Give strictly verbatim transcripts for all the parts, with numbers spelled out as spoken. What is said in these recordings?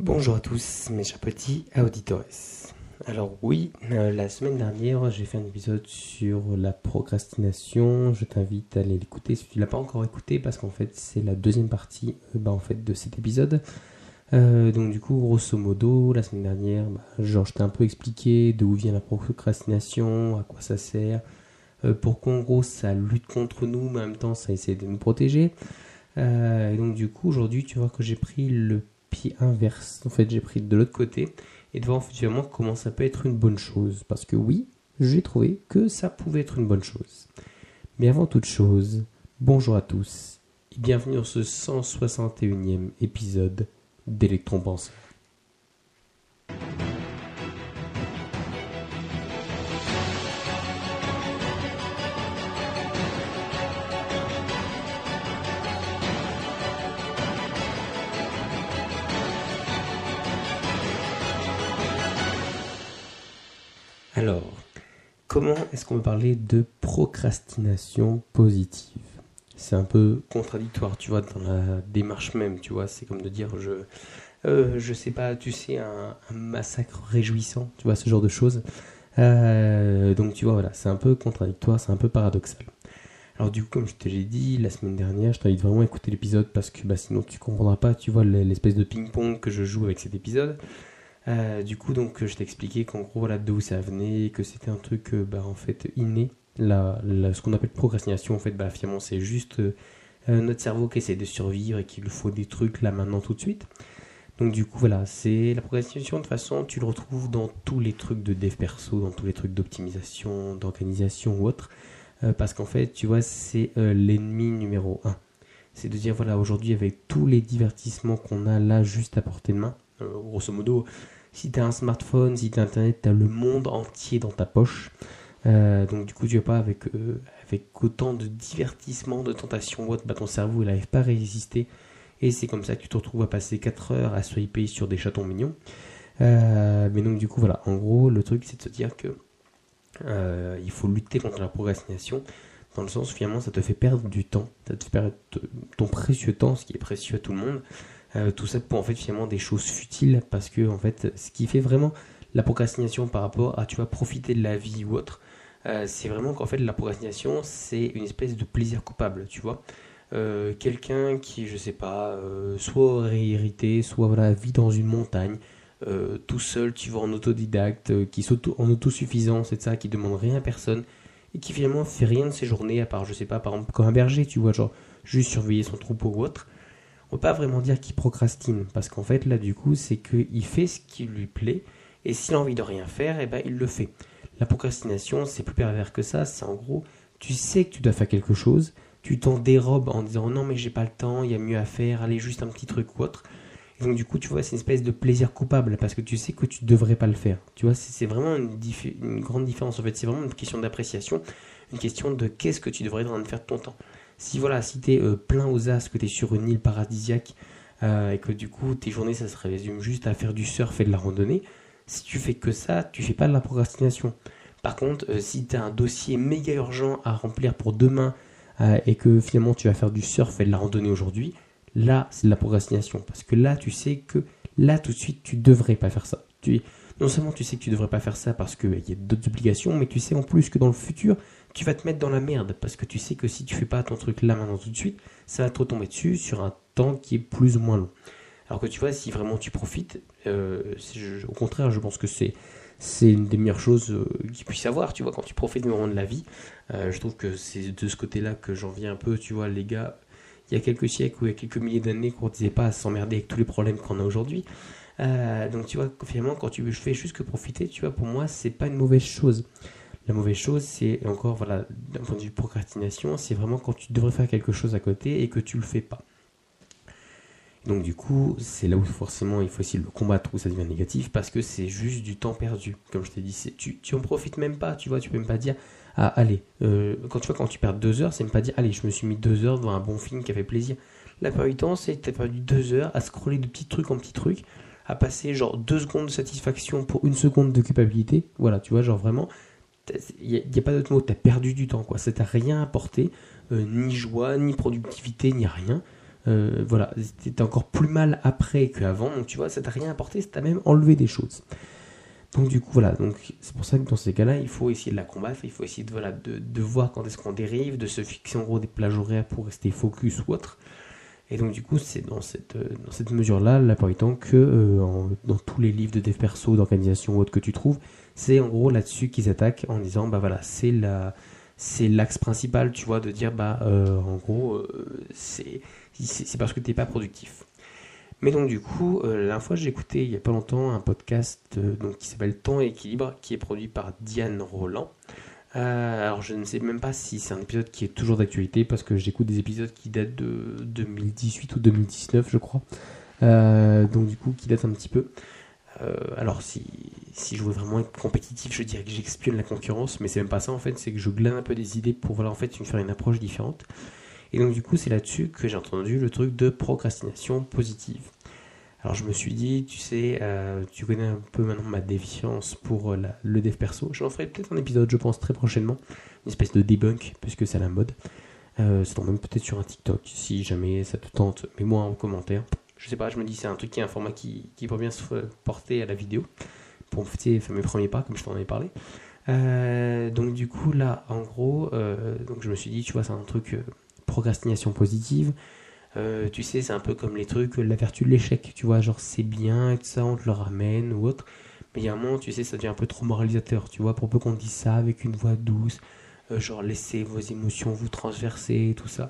Bonjour à tous, mes chers petits auditeurs. Alors oui, euh, la semaine dernière, j'ai fait un épisode sur la procrastination. Je t'invite à aller l'écouter si tu ne l'as pas encore écouté, parce qu'en fait, c'est la deuxième partie euh, bah, en fait, de cet épisode. Euh, donc du coup, grosso modo, la semaine dernière, bah, genre, je t'ai un peu expliqué d'où vient la procrastination, à quoi ça sert, euh, pourquoi en gros ça lutte contre nous, mais en même temps ça essaie de nous protéger. Euh, et donc du coup, aujourd'hui, tu vois que j'ai pris le pied inverse. En fait, j'ai pris de l'autre côté et de voir finalement comment ça peut être une bonne chose. Parce que oui, j'ai trouvé que ça pouvait être une bonne chose. Mais avant toute chose, bonjour à tous et bienvenue dans ce cent soixante et unième épisode d'Electron Penseur. Alors, comment est-ce qu'on peut parler de procrastination positive ? C'est un peu contradictoire, tu vois, dans la démarche même, tu vois. C'est comme de dire, je, euh, je sais pas, tu sais, un, un massacre réjouissant, tu vois, ce genre de choses. Euh, donc, tu vois, voilà, c'est un peu contradictoire, c'est un peu paradoxal. Alors, du coup, comme je te l'ai dit la semaine dernière, je t'invite vraiment à écouter l'épisode parce que bah, sinon tu comprendras pas, tu vois, l'espèce de ping-pong que je joue avec cet épisode. Euh, du coup, donc, je t'ai expliqué qu'en gros, voilà, d'où ça venait, que c'était un truc, euh, bah, en fait, inné. La, la- ce qu'on appelle procrastination, en fait, bah, finalement, c'est juste euh, notre cerveau qui essaie de survivre et qu'il lui faut des trucs là, maintenant, tout de suite. Donc, du coup, voilà, c'est la procrastination, de toute façon, tu le retrouves dans tous les trucs de dev perso, dans tous les trucs d'optimisation, d'organisation ou autre. Euh, parce qu'en fait, tu vois, c'est euh, l'ennemi numéro un. C'est de dire, voilà, aujourd'hui, avec tous les divertissements qu'on a là, juste à portée de main, euh, grosso modo, si tu as un smartphone, si tu as internet, tu as le monde entier dans ta poche. Euh, donc du coup, tu vas pas avec, euh, avec autant de divertissement, de tentation ou autre, bah, ton cerveau il n'arrive pas à résister. Et c'est comme ça que tu te retrouves à passer quatre heures à swiper sur des chatons mignons. Euh, mais donc du coup, voilà, en gros, le truc c'est de se dire que euh, il faut lutter contre la procrastination. Dans le sens où finalement ça te fait perdre du temps, ça te fait perdre ton précieux temps, ce qui est précieux à tout le monde. Euh, tout ça pour en fait finalement des choses futiles, parce que en fait ce qui fait vraiment la procrastination par rapport à tu vois profiter de la vie ou autre, euh, c'est vraiment qu'en fait la procrastination c'est une espèce de plaisir coupable, tu vois. Euh, quelqu'un qui je sais pas, euh, soit irrité, soit voilà vit dans une montagne, euh, tout seul, tu vois, en autodidacte, euh, qui s'auto, en autosuffisance, c'est ça, qui demande rien à personne et qui finalement fait rien de ses journées à part je sais pas, par exemple comme un berger, tu vois, genre juste surveiller son troupeau ou autre. On peut pas vraiment dire qu'il procrastine, parce qu'en fait là du coup c'est qu'il fait ce qui lui plaît, et s'il a envie de rien faire, et ben il le fait. La procrastination c'est plus pervers que ça, c'est en gros, tu sais que tu dois faire quelque chose, tu t'en dérobes en disant non mais j'ai pas le temps, il y a mieux à faire, allez juste un petit truc ou autre. Et donc du coup tu vois c'est une espèce de plaisir coupable, parce que tu sais que tu devrais pas le faire. Tu vois c'est, c'est vraiment une, diffé- une grande différence en fait, c'est vraiment une question d'appréciation, une question de qu'est-ce que tu devrais être en train de faire de ton temps. Si voilà, si t'es euh, plein aux as, que t'es sur une île paradisiaque euh, et que du coup tes journées ça se résume juste à faire du surf et de la randonnée, si tu fais que ça, tu fais pas de la procrastination. Par contre, euh, si t'as un dossier méga urgent à remplir pour demain euh, et que finalement tu vas faire du surf et de la randonnée aujourd'hui, là c'est de la procrastination, parce que là tu sais que là tout de suite tu devrais pas faire ça. Tu, non seulement tu sais que tu devrais pas faire ça parce qu'il y a d'autres obligations, mais tu sais en plus que dans le futur tu vas te mettre dans la merde, parce que tu sais que si tu fais pas ton truc là maintenant tout de suite, ça va te retomber dessus sur un temps qui est plus ou moins long. Alors que tu vois, si vraiment tu profites, euh, je, au contraire, je pense que c'est c'est une des meilleures choses euh, qu'il puisse avoir, tu vois, quand tu profites des moments de la vie. Euh, je trouve que c'est de ce côté-là que j'en viens un peu, tu vois, les gars. Il y a quelques siècles ou il y a quelques milliers d'années qu'on ne disait pas à s'emmerder avec tous les problèmes qu'on a aujourd'hui. Euh, donc tu vois, finalement, quand tu fais juste que profiter, tu vois, pour moi, c'est pas une mauvaise chose. La mauvaise chose, c'est encore, voilà, d'un point de vue procrastination, c'est vraiment quand tu devrais faire quelque chose à côté et que tu le fais pas. Donc du coup, c'est là où forcément il faut essayer de le combattre, où ça devient négatif, parce que c'est juste du temps perdu. Comme je t'ai dit, c'est, tu, tu en profites même pas, tu vois, tu peux même pas dire, ah allez, euh, quand tu vois, quand tu perds deux heures, c'est même pas dire, allez, je me suis mis deux heures devant un bon film qui a fait plaisir. La plupart du temps, c'est que tu as perdu deux heures à scroller de petits trucs en petits trucs, à passer genre deux secondes de satisfaction pour une seconde de culpabilité. Voilà, tu vois, genre vraiment, il n'y a, y a pas d'autre mot, tu as perdu du temps, quoi. Ça t'a rien apporté, euh, ni joie, ni productivité, ni rien. Euh, voilà, t'étais encore plus mal après qu'avant, donc tu vois, ça t'a rien apporté, ça t'a même enlevé des choses. Donc du coup, voilà, donc c'est pour ça que dans ces cas-là, il faut essayer de la combattre, il faut essayer de, voilà, de, de voir quand est-ce qu'on dérive, de se fixer en gros des plages horaires pour rester focus ou autre. Et donc du coup, c'est dans cette, euh, dans cette mesure-là, la plupart du temps, que euh, en- dans tous les livres de dev perso, d'organisation ou autre que tu trouves, c'est en gros là-dessus qu'ils attaquent en disant, bah voilà, c'est la, c'est l'axe principal, tu vois, de dire, bah euh, en gros, euh, c'est, c'est, c'est parce que t'es pas productif. Mais donc du coup, euh, la dernière fois j'ai écouté il y a pas longtemps un podcast euh, donc, qui s'appelle Temps et Équilibre, qui est produit par Diane Roland. Euh, alors je ne sais même pas si c'est un épisode qui est toujours d'actualité parce que j'écoute des épisodes qui datent de deux mille dix-huit ou deux mille dix-neuf je crois. Euh, donc du coup qui datent un petit peu. Euh, alors si, si je voulais vraiment être compétitif, je dirais que j'expionne la concurrence, mais c'est même pas ça en fait, c'est que je glane un peu des idées pour voilà, en fait faire une approche différente. Et donc du coup c'est là-dessus que j'ai entendu le truc de procrastination positive. Alors je me suis dit, tu sais, euh, tu connais un peu maintenant ma défiance pour euh, la- le dev perso. J'en ferai peut-être un épisode, je pense, très prochainement. Une espèce de debunk, puisque c'est à la mode. Euh, ça tombe même peut-être sur un TikTok, si jamais ça te tente. Mets-moi en commentaire. Je sais pas, je me dis, c'est un truc qui est un format qui, qui peut bien se porter à la vidéo. Pour tu sais, faire mes premiers pas, comme je t'en ai parlé. Euh, donc du coup, là, en gros, euh, donc je me suis dit, tu vois, c'est un truc euh, procrastination positive. Euh, tu sais, c'est un peu comme les trucs, la vertu de l'échec, tu vois, genre c'est bien et tout ça, on te le ramène ou autre. Mais il y a un moment, tu sais, ça devient un peu trop moralisateur, tu vois, pour peu qu'on dise ça avec une voix douce, euh, genre laissez vos émotions vous transverser et tout ça.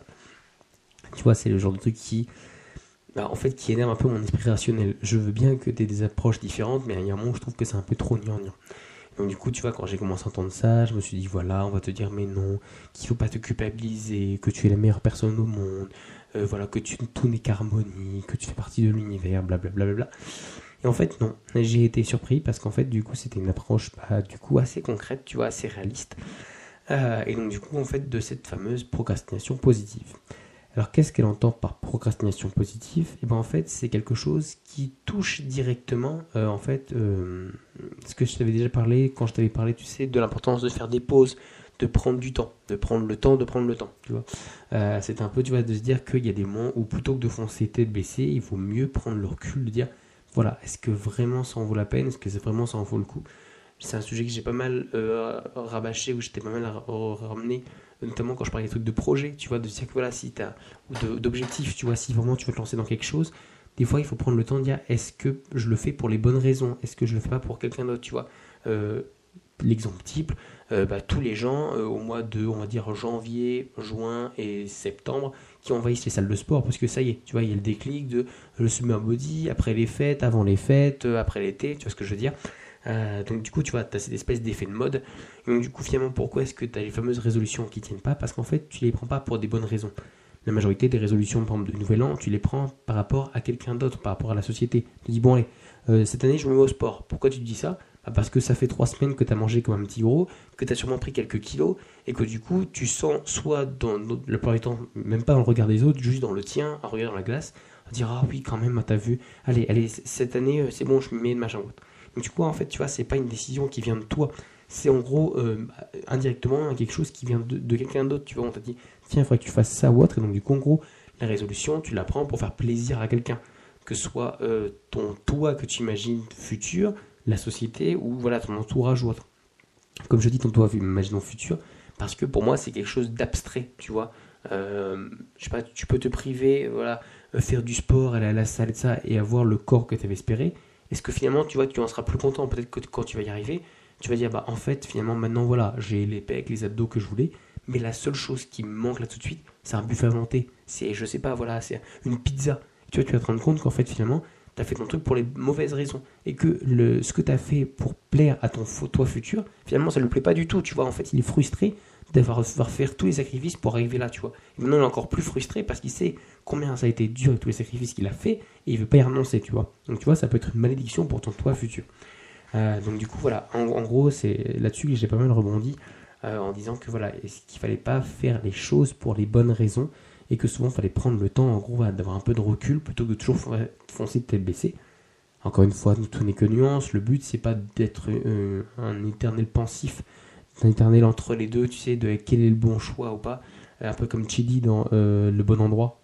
Tu vois, c'est le genre de truc qui, bah, en fait, qui énerve un peu mon esprit rationnel. Je veux bien que tu aies des approches différentes, mais il y a un moment où je trouve que c'est un peu trop gnangnan. Donc du coup, tu vois, quand j'ai commencé à entendre ça, je me suis dit, voilà, on va te dire, mais non, qu'il faut pas te culpabiliser, que tu es la meilleure personne au monde, euh, voilà, que tu, tout n'est qu'harmonie, que tu fais partie de l'univers, blablabla. Bla, bla, bla. Et en fait, non, j'ai été surpris parce qu'en fait, du coup, c'était une approche, bah, du coup, assez concrète, tu vois, assez réaliste. Euh, et donc, du coup, en fait, de cette fameuse procrastination positive. Alors, qu'est-ce qu'elle entend par procrastination positive? Et ben en fait, c'est quelque chose qui touche directement, euh, en fait, euh, ce que je t'avais déjà parlé quand je t'avais parlé, tu sais, de l'importance de faire des pauses, de prendre du temps, de prendre le temps, de prendre le temps, tu vois. Euh, c'est un peu, tu vois, de se dire qu'il y a des moments où plutôt que de foncer tête baissée, il faut mieux prendre le recul, de dire, voilà, est-ce que vraiment ça en vaut la peine? Est-ce que c'est vraiment ça en vaut le coup? C'est un sujet que j'ai pas mal euh, rabâché, où j'étais pas mal ramené, notamment quand je parlais des trucs de projet, tu vois, de dire que voilà, si t'as, ou d'objectifs, tu vois, si vraiment tu veux te lancer dans quelque chose, des fois il faut prendre le temps de dire, est-ce que je le fais pour les bonnes raisons? Est-ce que je le fais pas pour quelqu'un d'autre, tu vois? euh, L'exemple type, euh, bah, tous les gens euh, au mois de, on va dire, janvier, juin et septembre, qui envahissent les salles de sport, parce que ça y est, tu vois, il y a le déclic de le summer body, après les fêtes, avant les fêtes, euh, après l'été, tu vois ce que je veux dire? Euh, donc du coup, tu vois, tu as cette espèce d'effet de mode. Et donc du coup, finalement, pourquoi est-ce que tu as les fameuses résolutions qui tiennent pas? Parce qu'en fait, tu les prends pas pour des bonnes raisons. La majorité des résolutions, par exemple, de Nouvel An, tu les prends par rapport à quelqu'un d'autre, par rapport à la société. Tu te dis, bon allez, euh, cette année, je me mets au sport. Pourquoi tu te dis ça? Bah, parce que ça fait trois semaines que tu as mangé comme un petit gros, que tu as sûrement pris quelques kilos, et que du coup, tu sens soit dans le plupart du temps, même pas dans le regard des autres, juste dans le tien, en regardant la glace, à dire, ah oui, quand même, t'as vu, allez, allez, cette année, c'est bon, je me mets de machin. Donc du coup, en fait, tu vois, c'est pas une décision qui vient de toi. C'est en gros, euh, indirectement, quelque chose qui vient de, de quelqu'un d'autre. Tu vois, on t'a dit, tiens, il faudrait que tu fasses ça ou autre. Et donc du coup, en gros, la résolution, tu la prends pour faire plaisir à quelqu'un. Que ce soit euh, ton toi que tu imagines futur, la société, ou voilà, ton entourage ou autre. Comme je dis, ton toi, imaginons futur, parce que pour moi, c'est quelque chose d'abstrait, tu vois. Euh, je sais pas, tu peux te priver, voilà, faire du sport, aller à la salle et ça, et avoir le corps que tu avais espéré. Est-ce que finalement, tu vois, tu en seras plus content? Peut-être que quand tu vas y arriver, tu vas dire, bah en fait, finalement, maintenant, voilà, j'ai les pecs, les abdos que je voulais, mais la seule chose qui me manque là tout de suite, c'est un buffet à volonté. C'est, je sais pas, voilà, c'est une pizza. Tu vois, tu vas te rendre compte qu'en fait, finalement, tu as fait ton truc pour les mauvaises raisons. Et que le, ce que tu as fait pour plaire à ton toi futur, finalement, ça ne lui plaît pas du tout. Tu vois, en fait, il est frustré d'avoir devoir faire tous les sacrifices pour arriver là, tu vois. Et maintenant, il est encore plus frustré parce qu'il sait combien ça a été dur avec tous les sacrifices qu'il a fait et il veut pas y renoncer, tu vois. Donc, tu vois, ça peut être une malédiction pour ton toi futur. Euh, donc, du coup, voilà. En, en gros, c'est là-dessus que j'ai pas mal rebondi euh, en disant que voilà, qu'il fallait pas faire les choses pour les bonnes raisons et que souvent, il fallait prendre le temps, en gros, voilà, d'avoir un peu de recul plutôt que de toujours foncer de tête baissée. Encore une fois, tout n'est que nuance. Le but, c'est pas d'être euh, un éternel pensif, un éternel entre les deux, tu sais, de quel est le bon choix ou pas. Un peu comme Chidi dans euh, Le Bon Endroit.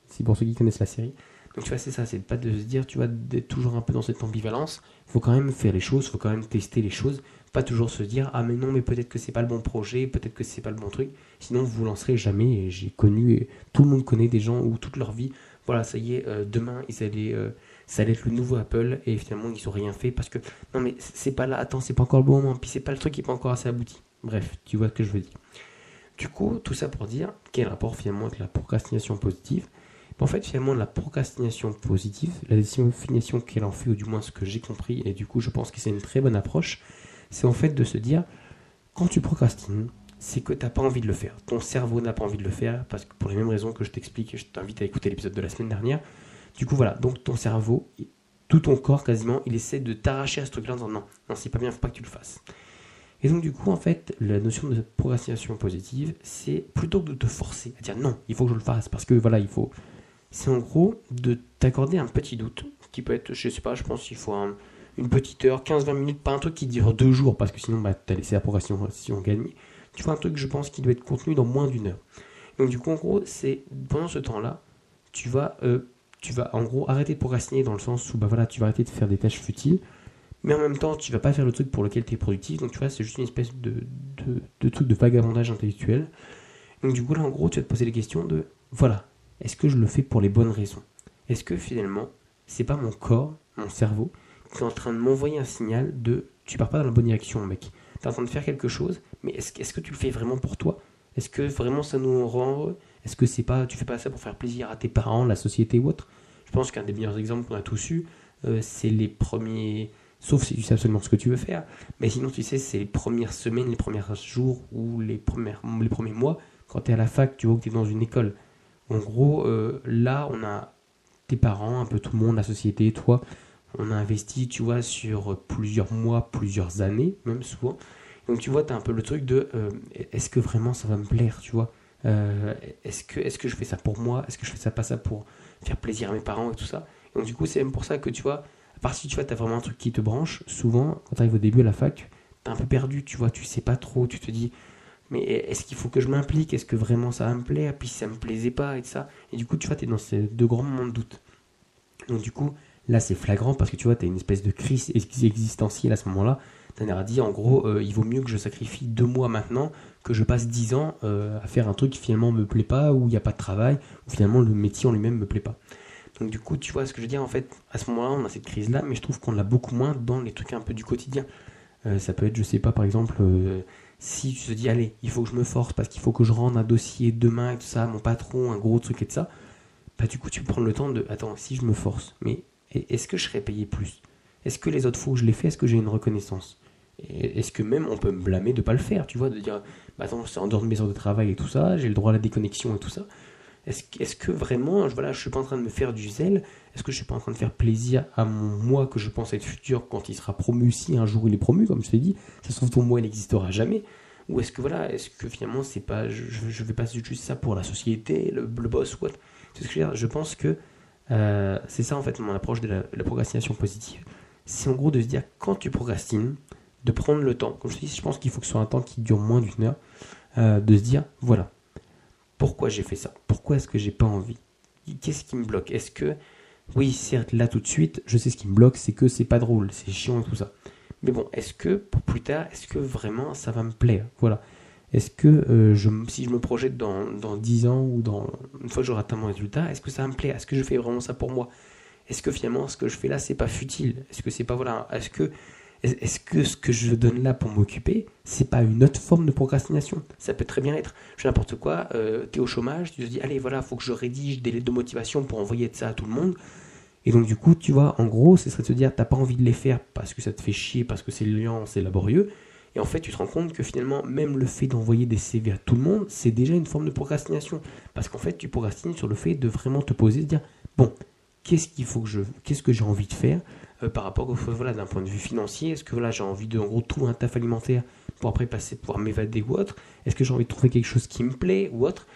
c'est pour ceux qui connaissent la série. Donc tu vois, c'est ça, c'est pas de se dire, tu vois, d'être toujours un peu dans cette ambivalence. Il faut quand même faire les choses, il faut quand même tester les choses. Pas toujours se dire, ah mais non, mais peut-être que c'est pas le bon projet, peut-être que c'est pas le bon truc. Sinon, vous vous lancerez jamais. Et j'ai connu, et tout le monde connaît des gens où toute leur vie, voilà, ça y est, euh, demain, ils allaient, euh, ça allait être le nouveau Apple et finalement, ils ont rien fait parce que, non mais c'est pas là, attends, c'est pas encore le bon moment, puis c'est pas le truc qui est pas encore assez abouti. Bref, tu vois ce que je veux dire. Du coup, tout ça pour dire, quel rapport finalement avec la procrastination positive? En fait, finalement, la procrastination positive, la définition qu'elle en fait, ou du moins ce que j'ai compris, et du coup, je pense que c'est une très bonne approche, c'est en fait de se dire, quand tu procrastines, c'est que tu n'as pas envie de le faire. Ton cerveau n'a pas envie de le faire, parce que pour les mêmes raisons que je t'explique, je t'invite à écouter l'épisode de la semaine dernière. Du coup, voilà, donc ton cerveau, tout ton corps quasiment, il essaie de t'arracher à ce truc-là en disant non, non, c'est pas bien, faut pas que tu le fasses. Et donc du coup, en fait, la notion de procrastination positive, c'est plutôt que de te forcer à dire non, il faut que je le fasse, parce que voilà, il faut... C'est en gros de t'accorder un petit doute, qui peut être, je sais pas, je pense qu'il faut un, une petite heure, quinze vingt minutes, pas un truc qui dure deux jours, parce que sinon, bah, t'as laissé la procrastination gagner. Tu vois, un truc, je pense, qui doit être contenu dans moins d'une heure. Donc du coup, en gros, c'est, pendant ce temps-là, tu vas, euh, tu vas en gros arrêter de procrastiner dans le sens où, bah voilà, tu vas arrêter de faire des tâches futiles, mais en même temps, tu vas pas faire le truc pour lequel tu es productif, donc tu vois, c'est juste une espèce de, de, de truc de vagabondage intellectuel. Donc du coup, là, en gros, tu vas te poser les questions de, voilà, est-ce que je le fais pour les bonnes raisons? Est-ce que finalement, c'est pas mon corps, mon cerveau, qui est en train de m'envoyer un signal de tu pars pas dans la bonne direction, mec. Tu es en train de faire quelque chose, mais est-ce, est-ce que tu le fais vraiment pour toi? Est-ce que vraiment ça nous rend heureux? Est-ce que c'est pas, tu fais pas ça pour faire plaisir à tes parents, la société ou autre? Je pense qu'un des meilleurs exemples qu'on a tous eu, euh, c'est les premiers. Sauf si tu sais absolument ce que tu veux faire. Mais sinon, tu sais, c'est les premières semaines, les premiers jours ou les, premières, les premiers mois, quand tu es à la fac, tu vois, que tu es dans une école. En gros, euh, là, on a tes parents, un peu tout le monde, la société, toi, on a investi, tu vois, sur plusieurs mois, plusieurs années, même souvent. Donc, tu vois, tu as un peu le truc de euh, est-ce que vraiment ça va me plaire, tu vois euh, est-ce, que, est-ce que je fais ça pour moi? Est-ce que je fais ça pas ça pour faire plaisir à mes parents et tout ça? Et donc, du coup, c'est même pour ça que, tu vois, à part si tu vois, tu as vraiment un truc qui te branche, souvent, quand tu arrives au début à la fac, tu es un peu perdu, tu vois, tu sais pas trop, tu te dis mais est-ce qu'il faut que je m'implique? Est-ce que vraiment ça va me plaire? Puis si ça me plaisait pas et tout ça. Et du coup, tu vois, tu es dans ces deux grands moments de doute. Donc du coup, là, c'est flagrant parce que tu vois, tu as une espèce de crise existentielle à ce moment-là. Tu as à dire, en gros, euh, il vaut mieux que je sacrifie deux mois maintenant que je passe dix ans euh, à faire un truc qui finalement me plaît pas, où il n'y a pas de travail, où finalement le métier en lui-même me plaît pas. Donc du coup, tu vois ce que je veux dire, en fait, à ce moment-là, on a cette crise-là, mais je trouve qu'on l'a beaucoup moins dans les trucs un peu du quotidien. Euh, ça peut être, je sais pas, par exemple... Euh, si tu te dis, allez, il faut que je me force parce qu'il faut que je rende un dossier demain et tout ça, mon patron, un gros truc et tout ça, bah du coup, tu prends le temps de, attends, si je me force, mais est-ce que je serais payé plus? Est-ce que les autres fois où je l'ai fait, est-ce que j'ai une reconnaissance? Et est-ce que même on peut me blâmer de pas le faire, tu vois, de dire, bah attends, c'est en dehors de mes heures de travail et tout ça, j'ai le droit à la déconnexion et tout ça. Est-ce, est-ce que vraiment, voilà, je suis pas en train de me faire du zèle? Est-ce que je suis pas en train de faire plaisir à mon moi que je pense être futur quand il sera promu, si un jour il est promu, comme je t'ai dit, ça se trouve ton moi il n'existera jamais? Ou est-ce que voilà, est-ce que finalement c'est pas, je, je vais pas utiliser ça pour la société, le, le boss ou autre? C'est ce que je veux dire. Je pense que euh, c'est ça en fait mon approche de la, de la procrastination positive. C'est en gros de se dire quand tu procrastines, de prendre le temps. Comme je te dis, je pense qu'il faut que ce soit un temps qui dure moins d'une heure, euh, de se dire voilà. Pourquoi j'ai fait ça? Pourquoi est-ce que j'ai pas envie? Qu'est-ce qui me bloque? Est-ce que, oui, certes, là tout de suite, je sais ce qui me bloque, c'est que c'est pas drôle, c'est chiant et tout ça. Mais bon, est-ce que pour plus tard, est-ce que vraiment ça va me plaire? Voilà. Est-ce que euh, je, si je me projette dans, dans dix ans ou dans une fois que j'aurai atteint mon résultat, est-ce que ça va me plaire? Est-ce que je fais vraiment ça pour moi? Est-ce que finalement ce que je fais là, c'est pas futile? Est-ce que c'est pas voilà? Est-ce que Est-ce que ce que je donne là pour m'occuper, c'est pas une autre forme de procrastination? Ça peut très bien être, je fais n'importe quoi, euh, t'es au chômage, tu te dis, allez, voilà, faut que je rédige des lettres de motivation pour envoyer ça à tout le monde. Et donc, du coup, tu vois, en gros, ce serait de se dire, t'as pas envie de les faire parce que ça te fait chier, parce que c'est lent, c'est laborieux. Et en fait, tu te rends compte que finalement, même le fait d'envoyer des C V à tout le monde, c'est déjà une forme de procrastination. Parce qu'en fait, tu procrastines sur le fait de vraiment te poser, de dire, bon, qu'est-ce qu'il faut que je, qu'est-ce que j'ai envie de faire euh, par rapport au, voilà, d'un point de vue financier? Est-ce que voilà, j'ai envie de, en gros, trouver un taf alimentaire pour après passer, pouvoir m'évader ou autre? Est-ce que j'ai envie de trouver quelque chose qui me plaît ou autre?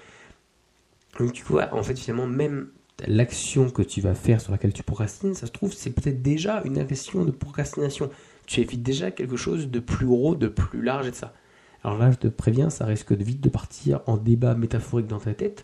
Donc, du coup, en fait, finalement, même l'action que tu vas faire sur laquelle tu procrastines, ça se trouve, c'est peut-être déjà une action de procrastination. Tu évites déjà quelque chose de plus gros, de plus large et de ça. Alors là, je te préviens, ça risque de vite de partir en débat métaphorique dans ta tête,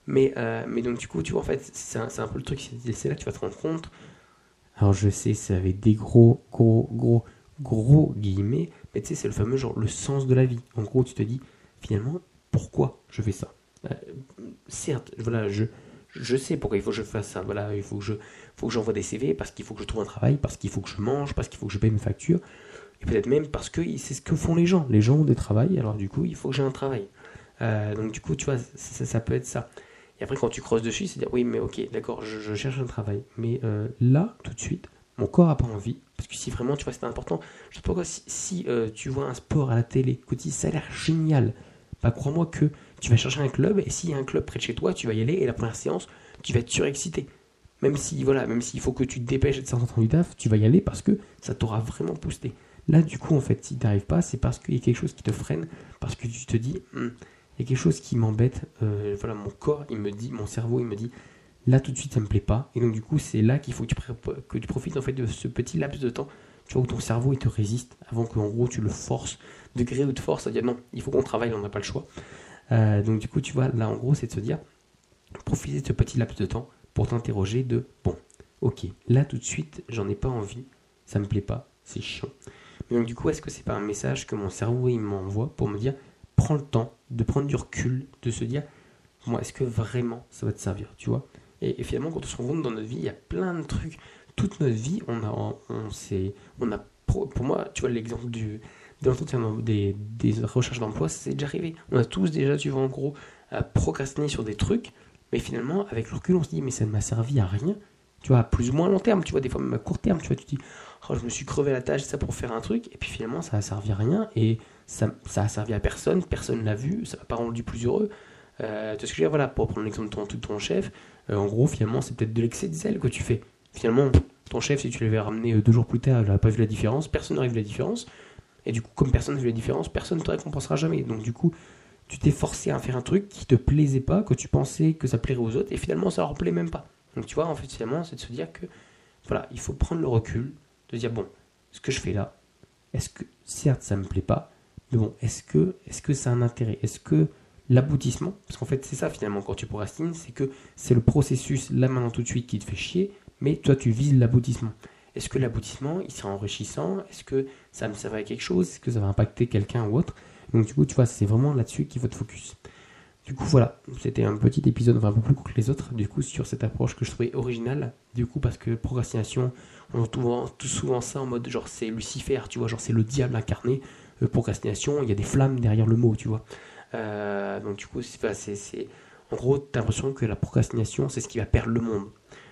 Mais, euh, mais donc du coup, tu vois, en fait, c'est un, c'est un peu le truc, c'est c'est là que tu vas te rendre compte. Alors je sais, c'est avec des gros, gros, gros, gros guillemets, mais tu sais, c'est le fameux genre le sens de la vie. En gros, tu te dis, finalement, pourquoi je fais ça? Euh, Certes, voilà, je, je sais pourquoi il faut que je fasse ça. Voilà, il faut que je, faut que j'envoie des C V parce qu'il faut que je trouve un travail, parce qu'il faut que je mange, parce qu'il faut que je paye mes factures, et peut-être même parce que c'est ce que font les gens. Les gens ont des travails, alors du coup, il faut que j'ai un travail. Euh, donc du coup, tu vois, ça, ça peut être ça. Et après, quand tu creuses dessus, c'est dire, oui, mais ok, d'accord, je, je cherche un travail. Mais euh, là, tout de suite, mon corps n'a pas envie. Parce que si vraiment, tu vois, c'est important. Je sais pas pourquoi, si, si euh, tu vois un sport à la télé, que tu dis, ça a l'air génial, bah crois-moi que tu vas chercher un club, et s'il y a un club près de chez toi, tu vas y aller, et la première séance, tu vas être surexcité. Même si, voilà, même s'il faut que tu te dépêches de sortir du taf, tu vas y aller parce que ça t'aura vraiment boosté. Là, du coup, en fait, si tu n'arrives pas, c'est parce qu'il y a quelque chose qui te freine, parce que tu te dis, Hm, il y a quelque chose qui m'embête. Euh, voilà, mon corps, il me dit, mon cerveau, il me dit, là tout de suite, ça me plaît pas. Et donc, du coup, c'est là qu'il faut que tu, pr- que tu profites en fait de ce petit laps de temps, tu vois, où ton cerveau il te résiste, avant qu'en gros tu le forces, de gré ou de force, à dire non, il faut qu'on travaille, on n'a pas le choix. Euh, donc, du coup, tu vois, là en gros, c'est de se dire, profiter de ce petit laps de temps pour t'interroger de bon, ok, là tout de suite, j'en ai pas envie, ça me plaît pas, c'est chiant. Mais donc du coup, est-ce que c'est pas un message que mon cerveau il m'envoie pour me dire prends le temps de prendre du recul, de se dire moi, est-ce que vraiment ça va te servir, tu vois? Et, et finalement, quand on se rend compte dans notre vie, il y a plein de trucs. Toute notre vie, on a, on, on s'est- on a, pour moi, tu vois, l'exemple du, de l'entretien d'em- des, des recherches d'emploi, c'est déjà arrivé. On a tous déjà, tu vois, en gros, à procrastiner sur des trucs, mais finalement, avec le recul, on se dit, mais ça ne m'a servi à rien. Tu vois, à plus ou moins long terme, tu vois, des fois même à court terme, tu vois, tu te dis, oh, je me suis crevé la tâche, ça pour faire un truc, et puis finalement, ça a servi à rien, et ça, ça a servi à personne, personne l'a vu, ça m'a pas rendu plus heureux. Euh, tu vois ce que je veux dire, voilà, pour prendre l'exemple de ton, de ton chef, euh, en gros, finalement, c'est peut-être de l'excès de zèle que tu fais. Finalement, ton chef, si tu l'avais ramené euh, deux jours plus tard, il n'aurait pas vu la différence, personne n'aurait vu la différence, et du coup, comme personne n'a vu la différence, personne ne te récompensera jamais. Donc, du coup, tu t'es forcé à faire un truc qui te plaisait pas, que tu pensais que ça plairait aux autres, et finalement, ça leur plaît même pas. Donc, tu vois, en fait, finalement, c'est de se dire que, voilà, il faut prendre le recul, de dire, bon, ce que je fais là, est-ce que, certes, ça me plaît pas, mais bon, est-ce que, est-ce que ça a un intérêt? Est-ce que l'aboutissement, parce qu'en fait, c'est ça finalement quand tu procrastines, c'est que c'est le processus là maintenant tout de suite qui te fait chier, mais toi tu vises l'aboutissement. Est-ce que l'aboutissement il sera enrichissant? Est-ce que ça me servira à quelque chose? Est-ce que ça va impacter quelqu'un ou autre? Donc du coup, tu vois, c'est vraiment là-dessus qu'il faut te focus. Du coup, voilà, c'était un petit épisode, enfin un peu plus court que les autres, du coup, sur cette approche que je trouvais originale, du coup, parce que procrastination, on entend tout souvent ça en mode genre c'est Lucifer, tu vois, genre c'est le diable incarné. Euh, procrastination, il y a des flammes derrière le mot, tu vois. Euh, donc, du coup, c'est, enfin, c'est, c'est- en gros, t'as l'impression que la procrastination, c'est ce qui va perdre le monde.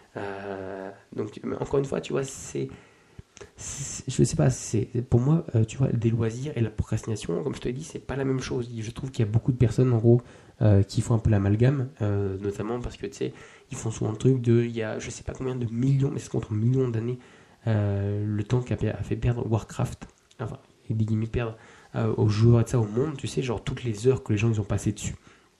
Euh, donc, mais encore une fois, tu vois, c'est c'est- je sais pas, c'est pour moi, euh, tu vois, des loisirs et la procrastination, comme je te l'ai dit, c'est pas la même chose. Je trouve qu'il y a beaucoup de personnes, en gros, euh, qui font un peu l'amalgame, euh, notamment parce que, tu sais, ils font souvent le truc de, il y a, je sais pas combien de millions, mais c'est contre millions d'années, euh, le temps qu'a a fait perdre Warcraft, enfin, et des guillemets perdre euh, aux joueurs et de ça au monde, tu sais, genre toutes les heures que les gens ils ont passé dessus.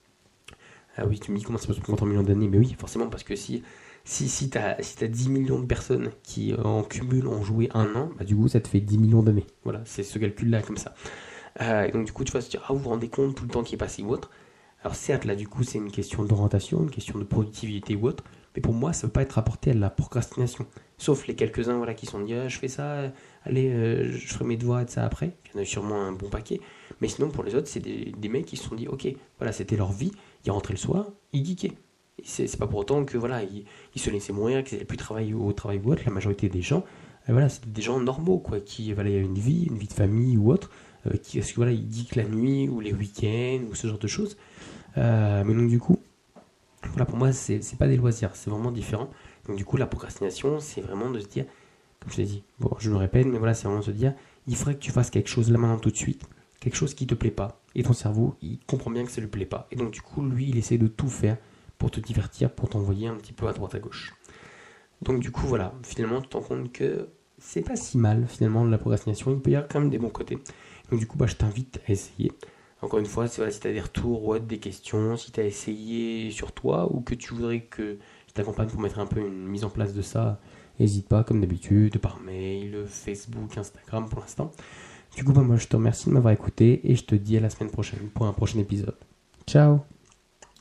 Ah oui, tu me dis comment ça peut se compter en millions d'années, mais oui, forcément, parce que si, si, si tu as si t'as dix millions de personnes qui, euh, en cumul, ont joué un an, bah, du coup, ça te fait dix millions d'années. Voilà, c'est ce calcul-là, comme ça. Euh, et donc, du coup, tu vas se dire, ah, vous vous rendez compte tout le temps qui est passé ou autre. Alors, certes, là, du coup, c'est une question d'orientation, une question de productivité ou autre, mais pour moi, ça ne peut pas être rapporté à la procrastination. Sauf les quelques-uns voilà, qui sont dit, ah, je fais ça, euh, allez, euh, je ferai mes devoirs et de ça après. Il y en a eu sûrement un bon paquet. Mais sinon, pour les autres, c'est des, des mecs qui se sont dit, ok, voilà, c'était leur vie, ils rentraient le soir, ils geekaient. C'est, c'est pas pour autant que voilà, ils, ils se laissaient mourir, qu'ils n'allaient plus travailler au travail ou autre. La majorité des gens, euh, voilà, c'était des gens normaux, quoi, qui voilà, il y a une vie, une vie de famille ou autre, euh, qui, parce que, voilà, ils geekent la nuit ou les week-ends ou ce genre de choses. Euh, mais donc du coup, voilà, pour moi, c'est, c'est pas des loisirs, c'est vraiment différent. Donc du coup, la procrastination, c'est vraiment de se dire, comme je l'ai dit, bon, je me répète, mais voilà, c'est vraiment de se dire, il faudrait que tu fasses quelque chose là maintenant tout de suite, quelque chose qui te plaît pas. Et ton cerveau, il comprend bien que ça lui plaît pas. Et donc du coup, lui, il essaie de tout faire pour te divertir, pour t'envoyer un petit peu à droite à gauche. Donc du coup, voilà, finalement, tu te rends compte que c'est pas si mal, finalement, la procrastination, il peut y avoir quand même des bons côtés. Donc du coup, bah, je t'invite à essayer. Encore une fois, c'est, voilà, si tu as des retours ou autre, des questions, si tu as essayé sur toi ou que tu voudrais que je t'accompagne pour mettre un peu une mise en place de ça, n'hésite pas, comme d'habitude, par mail, Facebook, Instagram pour l'instant. Du coup, bah, moi, je te remercie de m'avoir écouté et je te dis à la semaine prochaine pour un prochain épisode. Ciao!